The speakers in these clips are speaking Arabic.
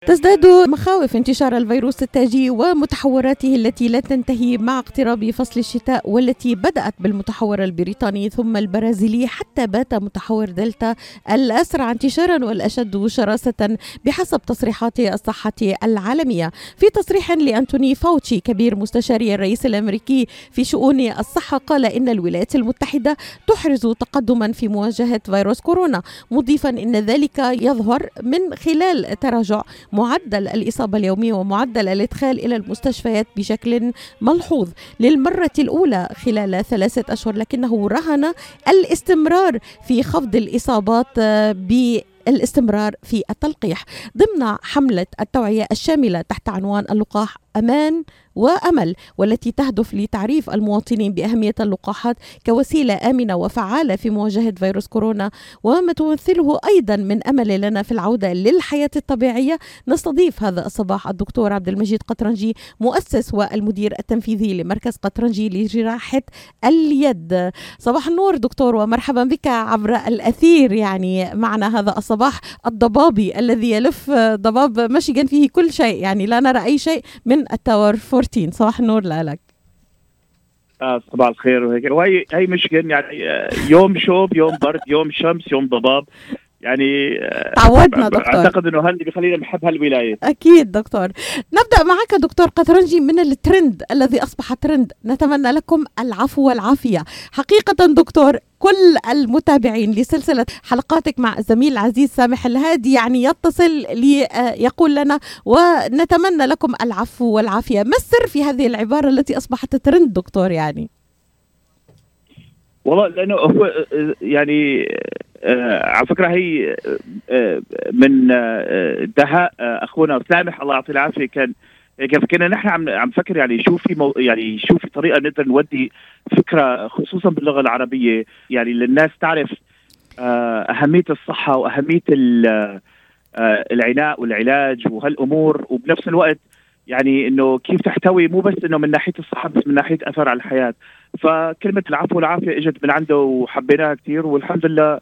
تزداد مخاوف انتشار الفيروس التاجي ومتحوراته التي لا تنتهي مع اقتراب فصل الشتاء، والتي بدأت بالمتحور البريطاني ثم البرازيلي حتى بات متحور دلتا الأسرع انتشارا والأشد شراسة بحسب تصريحات الصحة العالمية. في تصريح لأنتوني فاوتشي كبير مستشاري الرئيس الأمريكي في شؤون الصحة، قال إن الولايات المتحدة تحرز تقدما في مواجهة فيروس كورونا، مضيفا إن ذلك يظهر من خلال تراجع معدل الإصابة اليومي ومعدل الإدخال إلى المستشفيات بشكل ملحوظ للمرة الأولى خلال 3 أشهر، لكنه رهن الاستمرار في خفض الإصابات بالاستمرار في التلقيح ضمن حملة التوعية الشاملة تحت عنوان اللقاح أمان وأمل، والتي تهدف لتعريف المواطنين بأهمية اللقاحات كوسيلة آمنة وفعالة في مواجهة فيروس كورونا وما تمثله أيضا من أمل لنا في العودة للحياة الطبيعية. نستضيف هذا الصباح الدكتور عبد المجيد قطرنجي، مؤسس والمدير التنفيذي لمركز قطرنجي لجراحة اليد. صباح النور دكتور، ومرحبا بك عبر الأثير يعني معنا هذا الصباح الضبابي الذي يلف ضباب مشيغان فيه كل شيء، يعني لا نرى أي شيء من التاور 14. صباح النور لك. صباح الخير. وهي مشكلة يعني يوم شوب، يوم برد، يوم شمس، يوم ضباب، يعني تعودنا دكتور. أعتقد أنه اللي بيخلينا نحب هالولاية. أكيد دكتور. نبدأ معك دكتور قطرنجي من الترند الذي أصبح ترند، نتمنى لكم العفو والعافية. حقيقة دكتور كل المتابعين لسلسلة حلقاتك مع الزميل العزيز سامح الهادي يعني يتصل ليقول لنا ونتمنى لكم العفو والعافية. ما السر في هذه العبارة التي أصبحت ترند دكتور؟ يعني والله لأنه هو يعني على فكرة هي من دهاء أخونا سامح الله يعطيه العافية. كنا نحن عم نفكر يعني شو في طريقة نقدر نودي فكرة خصوصا باللغة العربية يعني للناس تعرف أهمية الصحة وأهمية العناء والعلاج وهالأمور، وبنفس الوقت يعني إنه كيف تحتوي مو بس إنه من ناحية الصحة بس من ناحية أثر على الحياة. فكلمة العفو والعافية إجت من عنده وحبيناها كتير، والحمد لله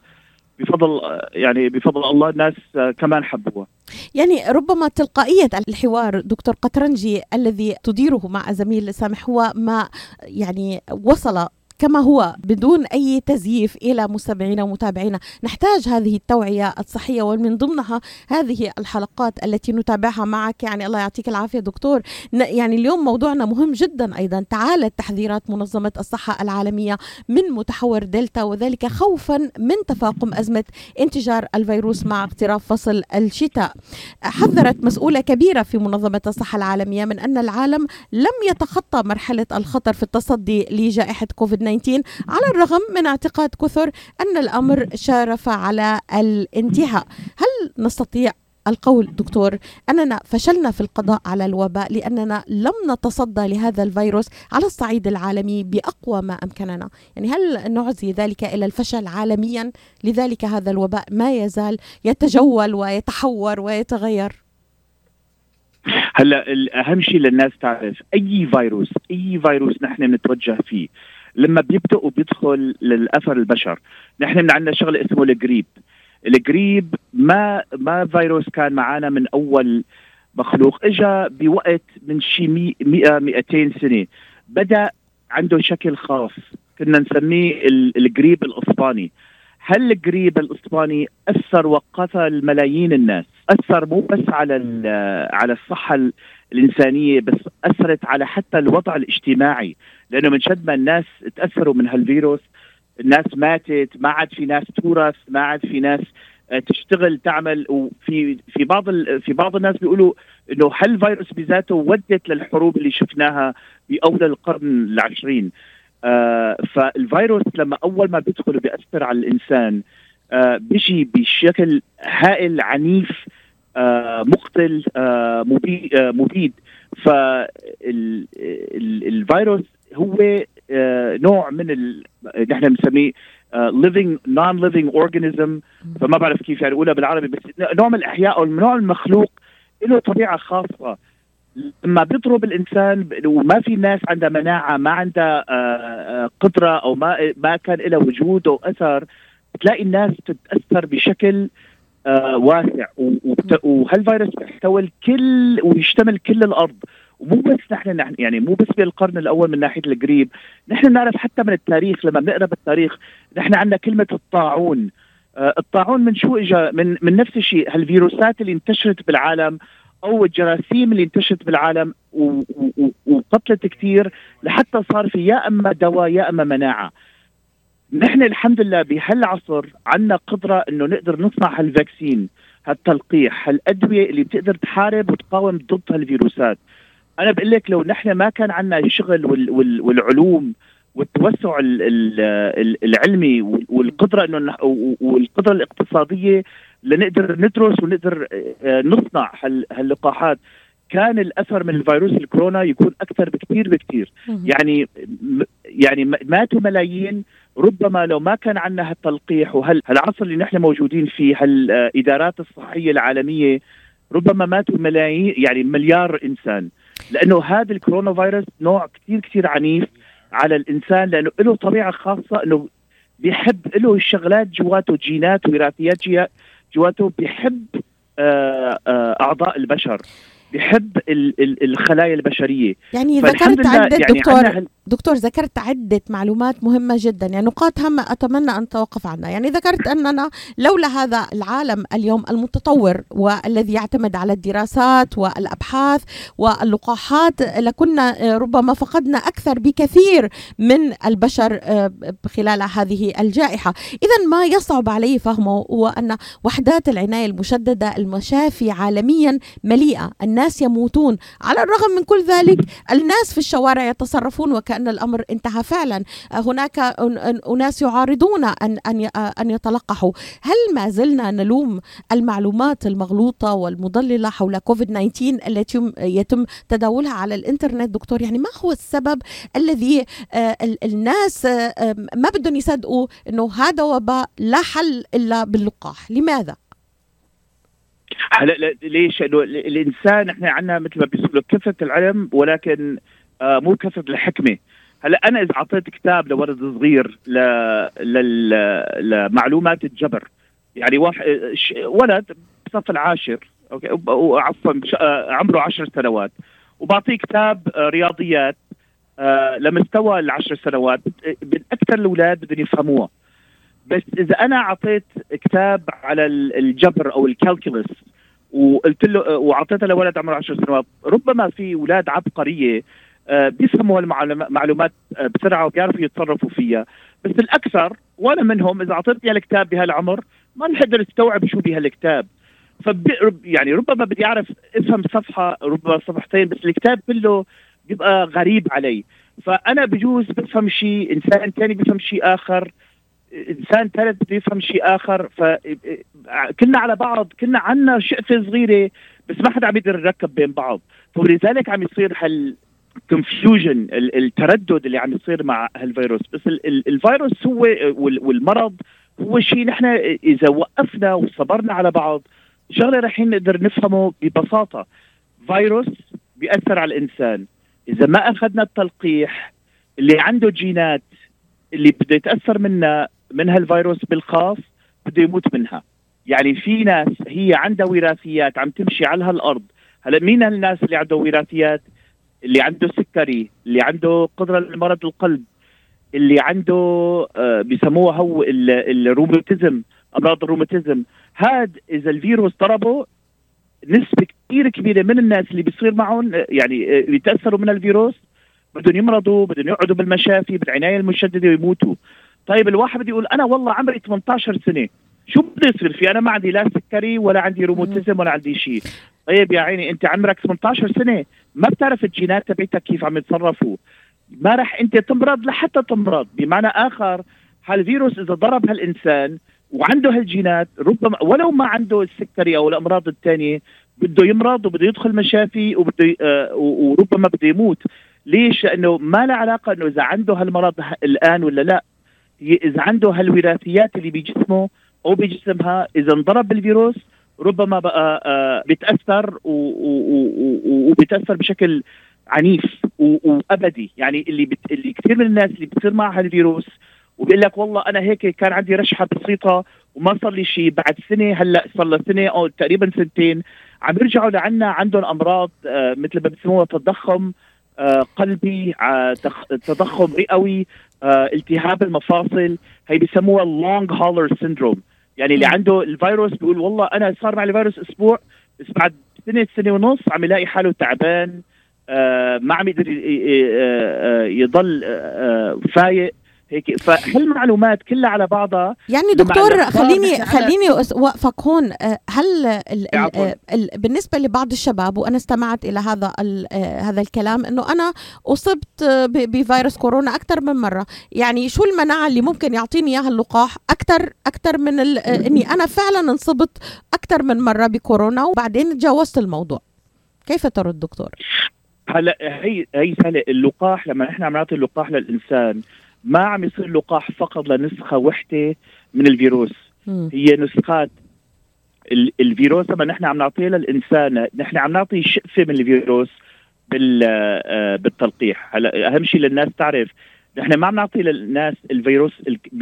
بفضل الله الناس كمان حبوها. يعني ربما تلقائية الحوار دكتور قطرنجي الذي تديره مع زميل سامح هو ما يعني وصل كما هو بدون أي تزييف إلى مستمعينا ومتابعينا. نحتاج هذه التوعية الصحية ومن ضمنها هذه الحلقات التي نتابعها معك. يعني الله يعطيك العافية دكتور. يعني اليوم موضوعنا مهم جدا أيضا. تعالت تحذيرات منظمة الصحة العالمية من متحور دلتا، وذلك خوفا من تفاقم أزمة انتشار الفيروس مع اقتراب فصل الشتاء. حذرت مسؤولة كبيرة في منظمة الصحة العالمية من أن العالم لم يتخطى مرحلة الخطر في التصدي لجائحة كوفيد 19 على الرغم من اعتقاد كثر أن الأمر شارف على الانتهاء. هل نستطيع القول دكتور أننا فشلنا في القضاء على الوباء لأننا لم نتصدى لهذا الفيروس على الصعيد العالمي بأقوى ما أمكننا؟ يعني هل نعزي ذلك إلى الفشل عالميا لذلك هذا الوباء ما يزال يتجول ويتحور ويتغير؟ هلا الأهم شيء للناس تعرف أي فيروس نحن نتوجه فيه لما بيبدأ وبيدخل للأثر البشر. نحن عندنا شغله اسمه الجريب ما فيروس كان معانا من أول مخلوق، إجا بوقت من شي 100-200 سنة بدأ عنده شكل خاص كنا نسميه الجريب الإسباني. هل الجريب الإسباني أثر وقتل ملايين الناس، أثر مو بس على الصحة الإنسانية بس أثرت على حتى الوضع الاجتماعي، لأنه من شد ما الناس تأثروا من هالفيروس الناس ماتت، ما عاد في ناس تورث، ما عاد في ناس تشتغل تعمل. وفي بعض الناس بيقولوا إنه هالفيروس بذاته ودت للحروب اللي شفناها بأول القرن العشرين. فالفيروس لما أول ما بيدخل وبيأثر على الإنسان بيجي بشكل هائل عنيف مقتل مبيد. فالفيروس هو نوع من نحن بنسميه non-living organism، فما بعرف كيف يعني أقولها بالعربي، بس نوع من الأحياء أو نوع المخلوق له طبيعة خاصة. لما بيضرب الإنسان وما في ناس عندها مناعة، ما عندها قدرة أو ما كان له وجود أو أثر، تلاقي الناس تتأثر بشكل واسع، وهالفيروس بيحتوي الكل ويشتمل كل الارض. ومو بس نحن يعني مو بس بالقرن الاول من ناحيه القريب، نحن نعرف حتى من التاريخ، لما بنقرا بالتاريخ نحن عندنا كلمه الطاعون. الطاعون من شو اجى؟ من نفس الشيء، هالفيروسات اللي انتشرت بالعالم او الجراثيم اللي انتشرت بالعالم وقتلت كثير، لحتى صار في يا اما دواء يا اما مناعه. نحن الحمد لله بهالعصر عندنا قدره انه نقدر نصنع هالفاكسين، هالتلقيح، هالادويه اللي بتقدر تحارب وتقاوم ضد هالفيروسات. انا بقول لك لو نحن ما كان عندنا الشغل والعلوم والتوسع العلمي والقدره انه والقدره الاقتصاديه لنقدر ندرس ونقدر نصنع هاللقاحات، كان الاثر من الفيروس الكورونا يكون اكثر بكثير. يعني ماتوا ملايين. ربما لو ما كان عندنا هالتلقيح وهالعصر اللي نحن موجودين فيه، هالادارات الصحيه العالميه، ربما ماتوا ملايين، يعني مليار انسان. لانه هذا الكورونا فيروس نوع كثير عنيف على الانسان، لانه له طبيعه خاصه، انه بيحب له الشغلات جواته، جينات ووراثيات جواته، بيحب اعضاء البشر، بيحب الخلايا البشريه. يعني ذكرت عدة دكتور ذكرت عدة معلومات مهمة جدا، يعني نقاط هامة أتمنى أن توقف عنها. يعني ذكرت أننا لولا هذا العالم اليوم المتطور والذي يعتمد على الدراسات والأبحاث واللقاحات، لكنا ربما فقدنا أكثر بكثير من البشر خلال هذه الجائحة. إذن ما يصعب علي فهمه هو أن وحدات العناية المشددة، المشافي عالميا مليئة، الناس يموتون. على الرغم من كل ذلك الناس في الشوارع يتصرفون وكأن الأمر انتهى فعلا. هناك أناس يعارضون أن يتلقحوا. هل ما زلنا نلوم المعلومات المغلوطة والمضللة حول كوفيد-19 التي يتم تداولها على الإنترنت دكتور؟ يعني ما هو السبب الذي الناس ما بدهم يصدقوا أنه هذا وباء لا حل إلا باللقاح؟ لماذا؟ هلا ليش؟ انه الانسان احنا عندنا مثل ما بيقولوا كثره العلم، ولكن مو كثره الحكمه. هلا انا اذا اعطيت كتاب لولد صغير لمعلومات الجبر، يعني ولد بصف العاشر، اوكي، عفوا عمره 10 سنوات، وبعطيه كتاب رياضيات لمستوى ال10 سنوات، اكثر الاولاد بدهم يفهموها. بس اذا انا اعطيت كتاب على الجبر او الكالكولس وقلت له واعطيته لولد عمره 10 سنوات، ربما في اولاد عبقريه بيفهموا المعلومات بسرعه وبيعرفوا يتصرفوا فيها. بس الاكثر وانا منهم، اذا اعطيتني الكتاب بهالعمر ما بقدر استوعب شو بهالكتاب. يعني ربما بدي اعرف افهم صفحه، ربما صفحتين، بس الكتاب كله بيبقى غريب علي. فانا بجوز بفهم شيء، انسان ثاني بفهم شيء اخر، انسان ثالث بده يفهم شيء اخر. فكلنا على بعض، كلنا عنا شقفه صغيره، بس ما حدا عم يقدر يركب بين بعض. فلذلك عم يصير هالكونفيوجن، التردد اللي عم يصير مع هالفيروس. بس الفيروس هو والمرض هو شيء نحن اذا وقفنا وصبرنا على بعض شغله رح نقدر نفهمه ببساطه. فيروس بيأثر على الانسان، اذا ما اخذنا التلقيح اللي عنده جينات اللي بده يتأثر من هالفيروس بالخاص بده يموت منها. يعني في ناس هي عندها وراثيات عم تمشي على هالأرض. هلا مين هالناس اللي عنده وراثيات؟ اللي عنده سكري، اللي عنده قدرة لمرض القلب، اللي عنده بيسموه هو الروماتيزم، أمراض الروماتيزم. هاد إذا الفيروس ضربه، نسبة كثير كبيرة من الناس اللي بيصير معهم يعني بيتأثروا من الفيروس بدهم يمرضوا، بدهم يقعدوا بالمشافي بالعناية المشددة ويموتوا. طيب الواحد بده يقول أنا والله عمري 18 سنة، شو بده يصير في؟ أنا ما عندي لا سكري ولا عندي روماتيزم ولا عندي شيء. طيب يا عيني أنت عمرك 18 سنة، ما بتعرف الجينات تبعتك كيف عم يتصرفوا، ما رح أنت تمرض لحتى تمرض. بمعنى آخر هالفيروس إذا ضرب هالإنسان وعنده هالجينات، ربما ولو ما عنده السكري أو الأمراض الثانية بده يمرض وبده يدخل مشافي وبده وربما بده يموت. ليش؟ لأنه ما له علاقة أنه إذا عنده هالمرض الآن ولا لا، إذا عنده هالوراثيات اللي بجسمه أو بجسمها، إذا انضرب بالفيروس ربما بقى بيتأثر وبيتأثر بشكل عنيف وأبدي. يعني اللي كثير من الناس اللي بتصير معها الفيروس وبيقول لك والله أنا هيك كان عندي رشحة بسيطة وما صار لي شيء، بعد سنه هلا صار له سنه او تقريبا سنتين عم يرجعوا لعنا عندهم امراض مثل ما بسموها تضخم قلبي، تضخم رئوي، التهاب المفاصل، هي بيسموها اللونج هولر سيندروم. يعني اللي عنده الفيروس بيقول والله انا صار معي الفيروس اسبوع، بس بعد سنه ونص عم يلاقي حاله تعبان، ما عم يقدر يضل فايق هيك. فهالمعلومات كلها على بعضها يعني دكتور خليني وقفك هون. هل بالنسبة لبعض الشباب، وأنا استمعت إلى هذا الكلام، أنه أنا أصبت بفيروس كورونا أكثر من مرة، يعني شو المناعة اللي ممكن يعطيني إياها اللقاح أكثر من أني أنا فعلا انصبت أكثر من مرة بكورونا وبعدين تجاوزت الموضوع؟ كيف ترد دكتور؟ هلا هي سهلة. اللقاح لما نحن عم نعطي اللقاح للإنسان ما عم يصير لقاح فقط لنسخة وحدة من الفيروس. هي نسخات الفيروس لما نحن عم نعطيه للإنسان، نحن عم نعطي شقفة من الفيروس بالتلقيح. هلا أهم شيء للناس تعرف، نحن ما عم نعطي للناس الفيروس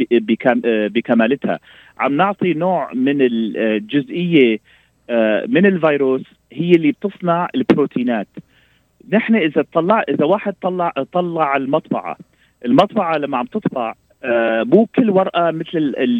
بكمالتها، عم نعطي نوع من الجزئية من الفيروس هي اللي بتصنع البروتينات. نحن إذا واحد طلع المطبعة لما عم تطبع مو كل ورقة مثل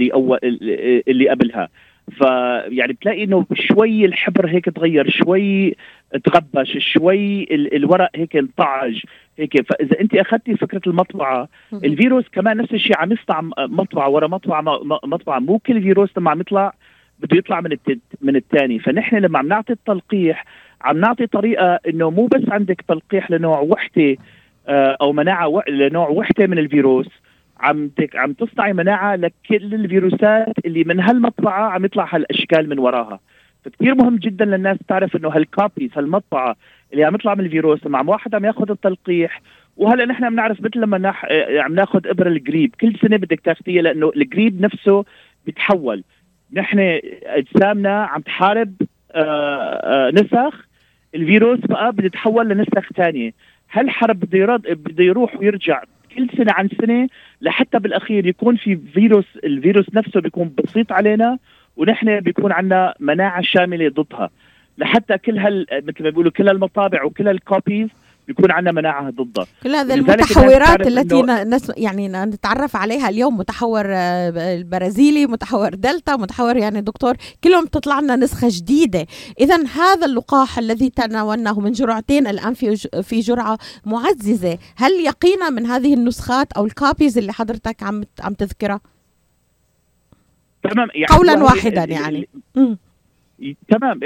اللي قبلها، فيعني بتلاقي انه شوي الحبر هيك تغير، شوي تغبش، شوي الورق هيك انطعج هيك. فاذا انت اخذتي فكرة المطبعة، الفيروس كمان نفس الشيء، عم يصنع مطبعة ورا مطبعة. مو كل فيروس لما عم يطلع بده يطلع من الثاني. فنحن لما عم نعطي التلقيح عم نعطي طريقة انه مو بس عندك تلقيح لنوع وحدة او مناعة لنوع وحدة من الفيروس، عم تصنعي مناعة لكل الفيروسات اللي من هالمطبعة عم يطلع هالاشكال من وراها. فكتير مهم جدا للناس تعرف انه هالكوبيز، هالمطبعة اللي عم يطلع من الفيروس مع واحد عم ياخذ التلقيح. وهلا نحن عم نعرف مثل لما عم ناخذ ابره الجريب، كل سنة بدك تاخذيها لانه الجريب نفسه بيتحول. نحن اجسامنا عم تحارب نسخ، الفيروس بقى بده يتحول لنسخ ثانيه. هالحرب بده يروح ويرجع كل سنه عن سنه، لحتى بالاخير يكون في الفيروس نفسه بيكون بسيط علينا، ونحن بيكون عندنا مناعه شامله ضدها، لحتى كل مثل ما بيقولوا كل المطابع وكل الكوبيز بيكون عندنا مناعة ضدها. كل هذه المتحورات التي يعني نتعرف عليها اليوم، متحور البرازيلي، متحور دلتا، متحور يعني دكتور، كلهم تطلع لنا نسخة جديدة. إذن هذا اللقاح الذي تناولناه من جرعتين الآن في جرعة معززة، هل يقينا من هذه النسخات أو الكابيز اللي حضرتك عم تذكرها؟ تمام، يعني قولا واحدا يعني. تمام.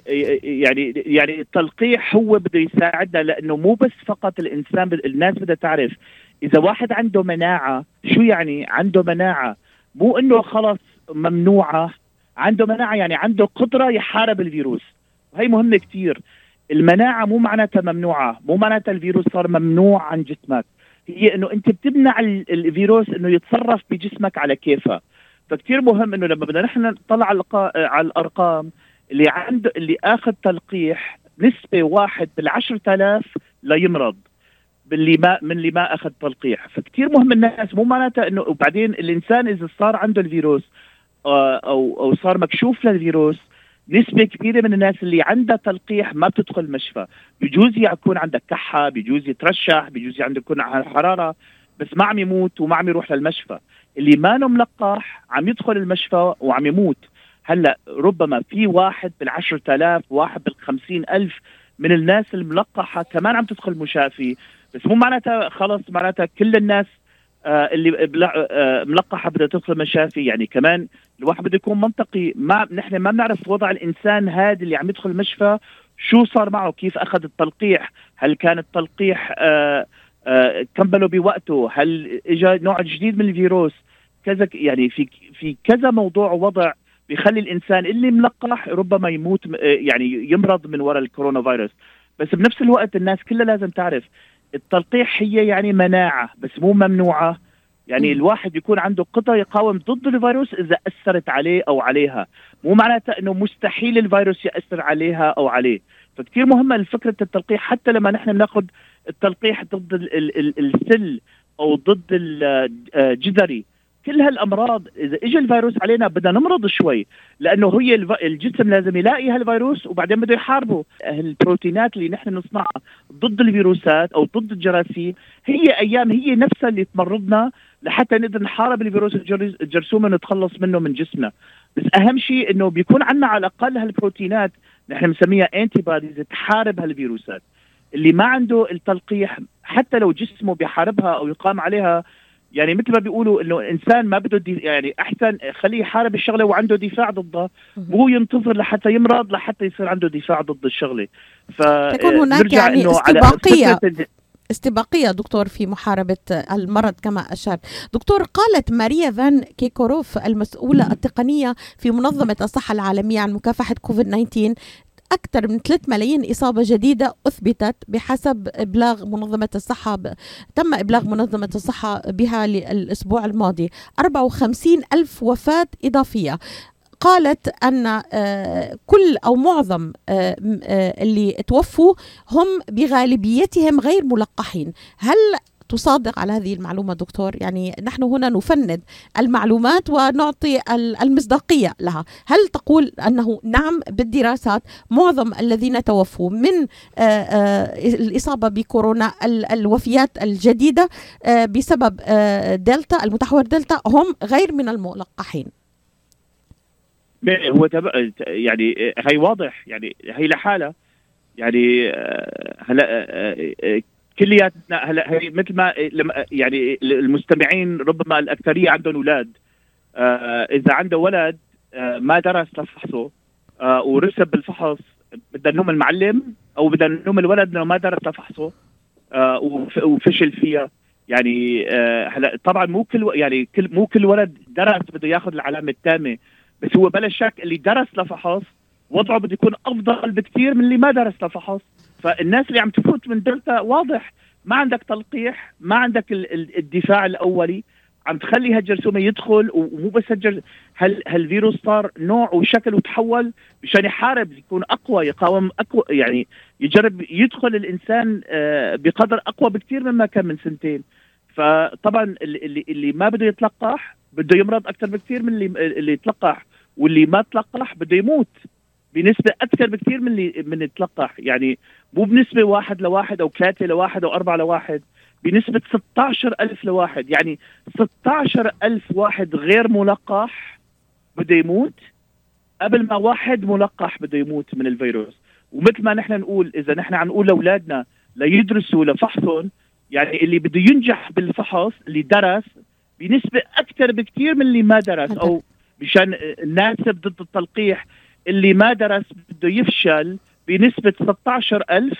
يعني التلقيح هو بده يساعدنا، لانه مو بس فقط الناس بدها تعرف اذا واحد عنده مناعه. شو يعني عنده مناعه؟ مو انه خلص ممنوعه، عنده مناعه يعني عنده قدره يحارب الفيروس، وهي مهمه كتير. المناعه مو معناتها ممنوعه، مو معناتها الفيروس صار ممنوع عن جسمك، هي انه انت بتمنع الفيروس انه يتصرف بجسمك على كيفه. فكتير مهم انه لما بدنا نحن نطلع على الارقام اللي اخذ تلقيح، نسبة 1 بال10,000 ليمرض من اللي ما اخذ تلقيح. فكتير مهم الناس، مو معناتها انه وبعدين الانسان اذا صار عنده الفيروس او صار مكشوف للفيروس، نسبة كبيرة من الناس اللي عندها تلقيح ما بتدخل المشفى. بيجوز يكون عندك كحة، بيجوز يترشح، بيجوز يكون على حرارة، بس ما عم يموت وما عم يروح للمشفى. اللي ما ملقح عم يدخل المشفى وعم يموت. هلا ربما في 1 بال10,000، 1 بال50,000 من الناس الملقحة كمان عم تدخل مشافي، بس مو معناتها خلص معناتها كل الناس اللي ملقحة بدها تدخل مشافي. يعني كمان الواحد بده يكون منطقي، نحن ما بنعرف وضع الإنسان هذا اللي عم يدخل المشفى شو صار معه، كيف أخذ التلقيح، هل كان التلقيح كملوا بوقته، هل اجى نوع جديد من الفيروس، كذا. يعني في كذا موضوع ووضع بيخلي الانسان اللي ملقح ربما يموت، يعني يمرض من وراء الكورونا فيروس. بس بنفس الوقت الناس كلها لازم تعرف التلقيح هي يعني مناعة بس مو ممنوعة. يعني الواحد يكون عنده قدرة يقاوم ضد الفيروس إذا أثرت عليه أو عليها، مو معناتها أنه مستحيل الفيروس يأثر عليها أو عليه. فكتير مهمة فكرة التلقيح، حتى لما نحن بناخد التلقيح ضد السل أو ضد الجذري، كل هالامراض اذا اجى الفيروس علينا بدنا نمرض شوي، لانه هي الجسم لازم يلاقي هالفيروس وبعدين بده يحاربه. البروتينات اللي نحن نصنعها ضد الفيروسات او ضد الجراثيم هي نفسها اللي تمرضنا لحتى نقدر نحارب الفيروس الجرثومي ونتخلص منه من جسمنا. بس اهم شيء انه بيكون عندنا على الاقل هالبروتينات نحن بنسميها انتي بوديز تحارب هالفيروسات. اللي ما عنده التلقيح حتى لو جسمه بيحاربها او يقام عليها، يعني مثل ما بيقولوا انه الانسان ما بده يعني احسن خليه يحارب الشغله وعنده دفاع ضدها، وهو ينتظر لحتى يمرض لحتى يصير عنده دفاع ضد الشغله. تكون هناك يعني استباقية دكتور في محاربة المرض كما أشار. دكتور، قالت ماريا فان كيكوروف المسؤولة التقنية في منظمة الصحة العالمية عن مكافحة كوفيد-19 أكثر من 3 ملايين إصابة جديدة أثبتت بحسب إبلاغ منظمة الصحة تم إبلاغ منظمة الصحة بها الأسبوع الماضي. 54 ألف وفاة إضافية. قالت أن كل أو معظم اللي توفوا هم بغالبيتهم غير ملقحين. هل تصادق على هذه المعلومة دكتور؟ يعني نحن هنا نفند المعلومات ونعطي المصداقية لها. هل تقول أنه نعم بالدراسات معظم الذين توفوا من الإصابة بكورونا الوفيات الجديدة بسبب دلتا المتحور دلتا هم غير من الملقحين؟ هو يعني هي واضح، يعني هي لحالة، يعني هلا كلياتنا هلا هي مثل ما يعني المستمعين ربما الأكثرية عندهم أولاد. إذا عنده ولد ما درس لفحصه ورسب بالفحص، بدنا نلوم المعلم أو بدنا نلوم الولد إنه ما درس لفحصه وفشل فيها؟ يعني هلا طبعا مو كل ولد درس بده ياخذ العلامة التامة، بس هو بلا شك اللي درس لفحص وضعه بده يكون افضل بكثير من اللي ما درس لفحص. فالناس اللي عم تفوت من دلتا واضح ما عندك تلقيح، ما عندك الدفاع الاولي، عم تخلي هالجرثومه يدخل. ومو بس هالفيروس صار نوع وشكل وتحول مشان يحارب، يكون اقوى، يقاوم اقوى، يعني يجرب يدخل الانسان بقدر اقوى بكثير مما كان من سنتين. فطبعا اللي ما بده يتلقح بده يمرض اكثر بكثير من اللي يتلقح، واللي ما تلقح بده يموت بنسبة أكثر بكثير من يتلقح. يعني مو بنسبة 1 ل1 أو 3 ل1 أو 4 ل1، بنسبة 16,000 ل1. يعني 16,000 واحد غير ملقح بده يموت قبل ما واحد ملقح بده يموت من الفيروس. ومثل ما نحن نقول، إذا نحن عم نقول لأولادنا ليدرسوا لفحصهم، يعني اللي بده ينجح بالفحص اللي درس بنسبة أكثر بكثير من اللي ما درس، أو مشان الناسب ضد التلقيح اللي ما درس بده يفشل بنسبة 16,000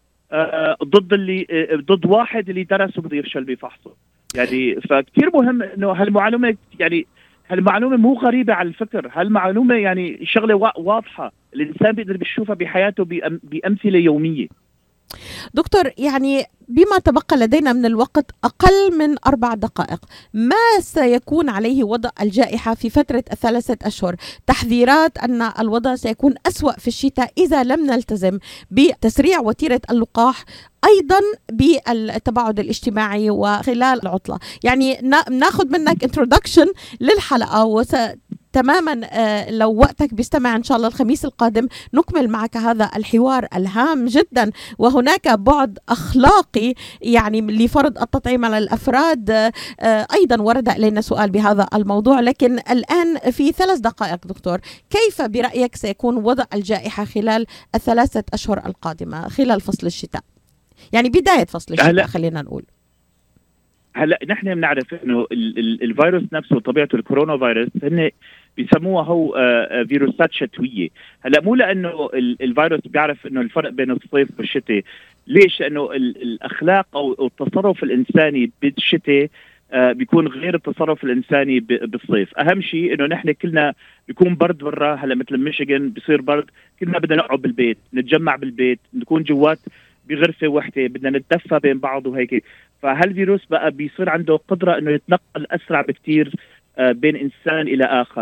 ضد واحد اللي درس وبده يفشل بفحصه. يعني فكتير مهم إنه هالمعلومة، يعني هالمعلومة مو غريبة على الفكر، هالمعلومة يعني شغلة واضحة الإنسان بيقدر بيشوفها بحياته بأمثلة يومية. دكتور، يعني بما تبقى لدينا من الوقت أقل من 4 دقائق، ما سيكون عليه وضع الجائحة في فترة 3 أشهر؟ تحذيرات أن الوضع سيكون أسوأ في الشتاء إذا لم نلتزم بتسريع وتيرة اللقاح، أيضا بالتباعد الاجتماعي وخلال العطلة. يعني ناخذ منك introduction للحلقة تماما لو وقتك بيستمع إن شاء الله الخميس القادم نكمل معك هذا الحوار الهام جدا. وهناك بعد أخلاقي يعني لفرض التطعيم على الأفراد، أيضا ورد إلينا سؤال بهذا الموضوع. لكن الآن في 3 دقائق دكتور، كيف برأيك سيكون وضع الجائحة خلال 3 أشهر القادمة خلال فصل الشتاء، يعني بداية فصل الشتاء خلينا نقول؟ هلا نحن بنعرف انه الفيروس نفسه طبيعته الكورونا فيروس هن بيسموها هو فيروسات شتويه. هلا مو لانه الفيروس بيعرف انه الفرق بين الصيف والشتاء، ليش؟ لانه الاخلاق او التصرف الانساني بالشتاء بيكون غير التصرف الانساني بالصيف. اهم شيء انه نحن كلنا بيكون برد برا، هلا مثل ميشيغان بيصير برد، كلنا بدنا نقعد بالبيت، نتجمع بالبيت، نكون جوات بغرفه وحده، بدنا نتدفى بين بعض وهيك. فهالفيروس بقى بيصير عنده قدرة انه يتنقل اسرع بكتير بين انسان الى اخر.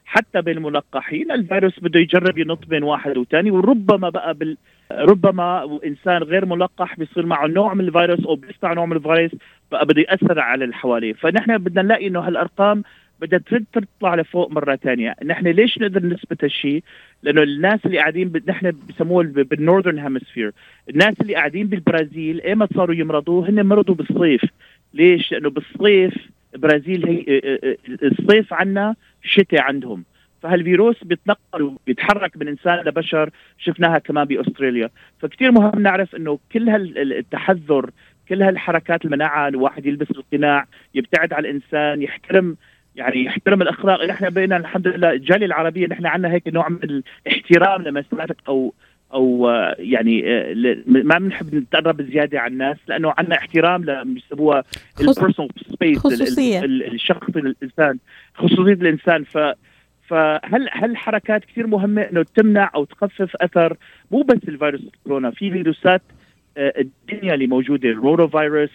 حتى بين الملقحين الفيروس بده يجرب ينط بين واحد وثاني، وربما بقى ربما انسان غير ملقح بيصير معه نوع من الفيروس او بيصنع نوع من الفيروس بقى بده ياثر على اللي حواليه. فنحن بدنا نلاقي انه هالارقام بدها تطلع لفوق مره ثانيه. نحن ليش نقدر نثبت هالشيء؟ لانه الناس اللي قاعدين نحن بسموه بالنورثرن هيمسفير، الناس اللي قاعدين بالبرازيل ايمتى صاروا يمرضوا؟ هن مرضوا بالصيف. ليش؟ لانه بالصيف البرازيل هي الصيف عنا شتاء عندهم، فهالفيروس بيتنقل وبيتحرك من انسان لبشر. شفناها كمان باستراليا. فكتير مهم نعرف انه كل هالتحذر، كل هالحركات، المناعه، الواحد يلبس القناع، يبتعد على الانسان، يحترم الاخلاق. نحن بقينا الحمد لله الجاليه العربيه نحن عندنا هيك نوع من الاحترام لمسافه او يعني ما بنحب نتقرب زياده على الناس، لانه عندنا احترام بيسموها البيرسونال سبيس، الشخص الانسان، خصوصيه الانسان. فهل حركات كثير مهمه انه تمنع او تخفف اثر مو بس الفيروس كورونا، في فيروسات الدنيا اللي موجوده، الروتو فيروس،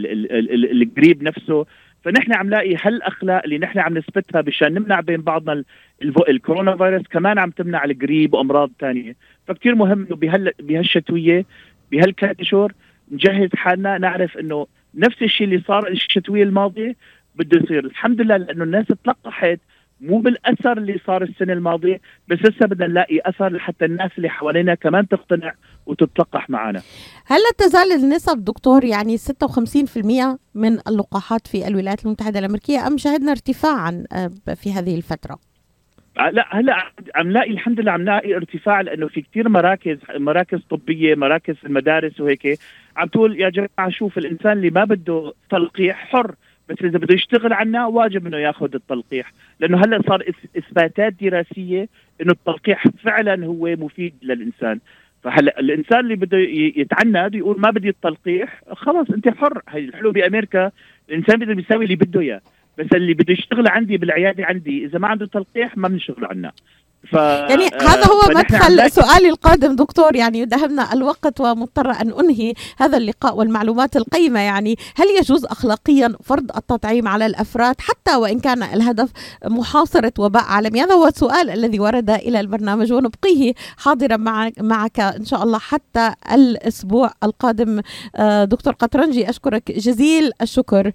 القريب نفسه. فنحن عم نلاقي هالاخلاق اللي نحن عم نثبتها بشان نمنع بين بعضنا الكورونا فيروس، كمان عم تمنع القريب وامراض ثانيه. فكتير مهم انه بهالشتويه، بهالكام شهور نجهز حالنا، نعرف انه نفس الشيء اللي صار الشتويه الماضيه بده يصير. الحمد لله لانه الناس تلقحت مو بالاثر اللي صار السنه الماضيه، بس لسه بدنا نلاقي اثر لحتى الناس اللي حوالينا كمان تقتنع وتتلقح معنا. هل لا تزال النسب دكتور يعني 56% من اللقاحات في الولايات المتحده الامريكيه، ام شهدنا ارتفاعا في هذه الفتره؟ لا هلا عم نلاقي الحمد لله، عم نلاقي ارتفاع، لانه في كثير مراكز طبيه، مراكز المدارس وهيك عم تقول يا جماعه شوف، الانسان اللي ما بده تلقيح حر، بس اذا بده يشتغل عنا واجب انه ياخذ التلقيح، لانه هلا صار اثباتات دراسيه انه التلقيح فعلا هو مفيد للانسان. فهلا الانسان اللي بده يتعند يقول ما بدي التلقيح، خلاص انت حر. هي الحلو بامريكا، الانسان بده يسوي اللي بده اياه، بس اللي بده يشتغل عندي بالعياده عندي اذا ما عنده تلقيح ما بنشتغل عنه. يعني هذا هو مدخل سؤالي القادم دكتور، يعني يدهمنا الوقت ومضطرة أن أنهي هذا اللقاء والمعلومات القيمة. يعني هل يجوز أخلاقيا فرض التطعيم على الأفراد حتى وإن كان الهدف محاصرة وباء عالمي؟ هذا هو السؤال الذي ورد إلى البرنامج ونبقيه حاضرا معك إن شاء الله حتى الأسبوع القادم. دكتور قطرنجي أشكرك جزيل الشكر،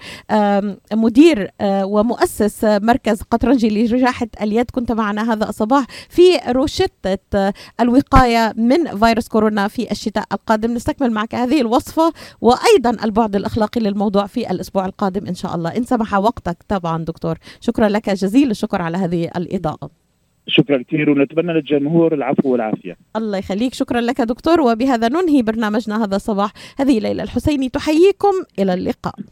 مدير ومؤسس مركز قطرنجي لجراحة اليد، كنت معنا هذا الصباح في روشتة الوقاية من فيروس كورونا في الشتاء القادم. نستكمل معك هذه الوصفة وأيضا البعد الأخلاقي للموضوع في الأسبوع القادم إن شاء الله، إن سمح وقتك طبعا دكتور. شكرا لك جزيل الشكر على هذه الإضاءة. شكرا كثير، ونتمنى للجمهور العفو والعافية. الله يخليك، شكرا لك دكتور. وبهذا ننهي برنامجنا هذا الصباح. هذه ليلى الحسيني تحييكم، إلى اللقاء.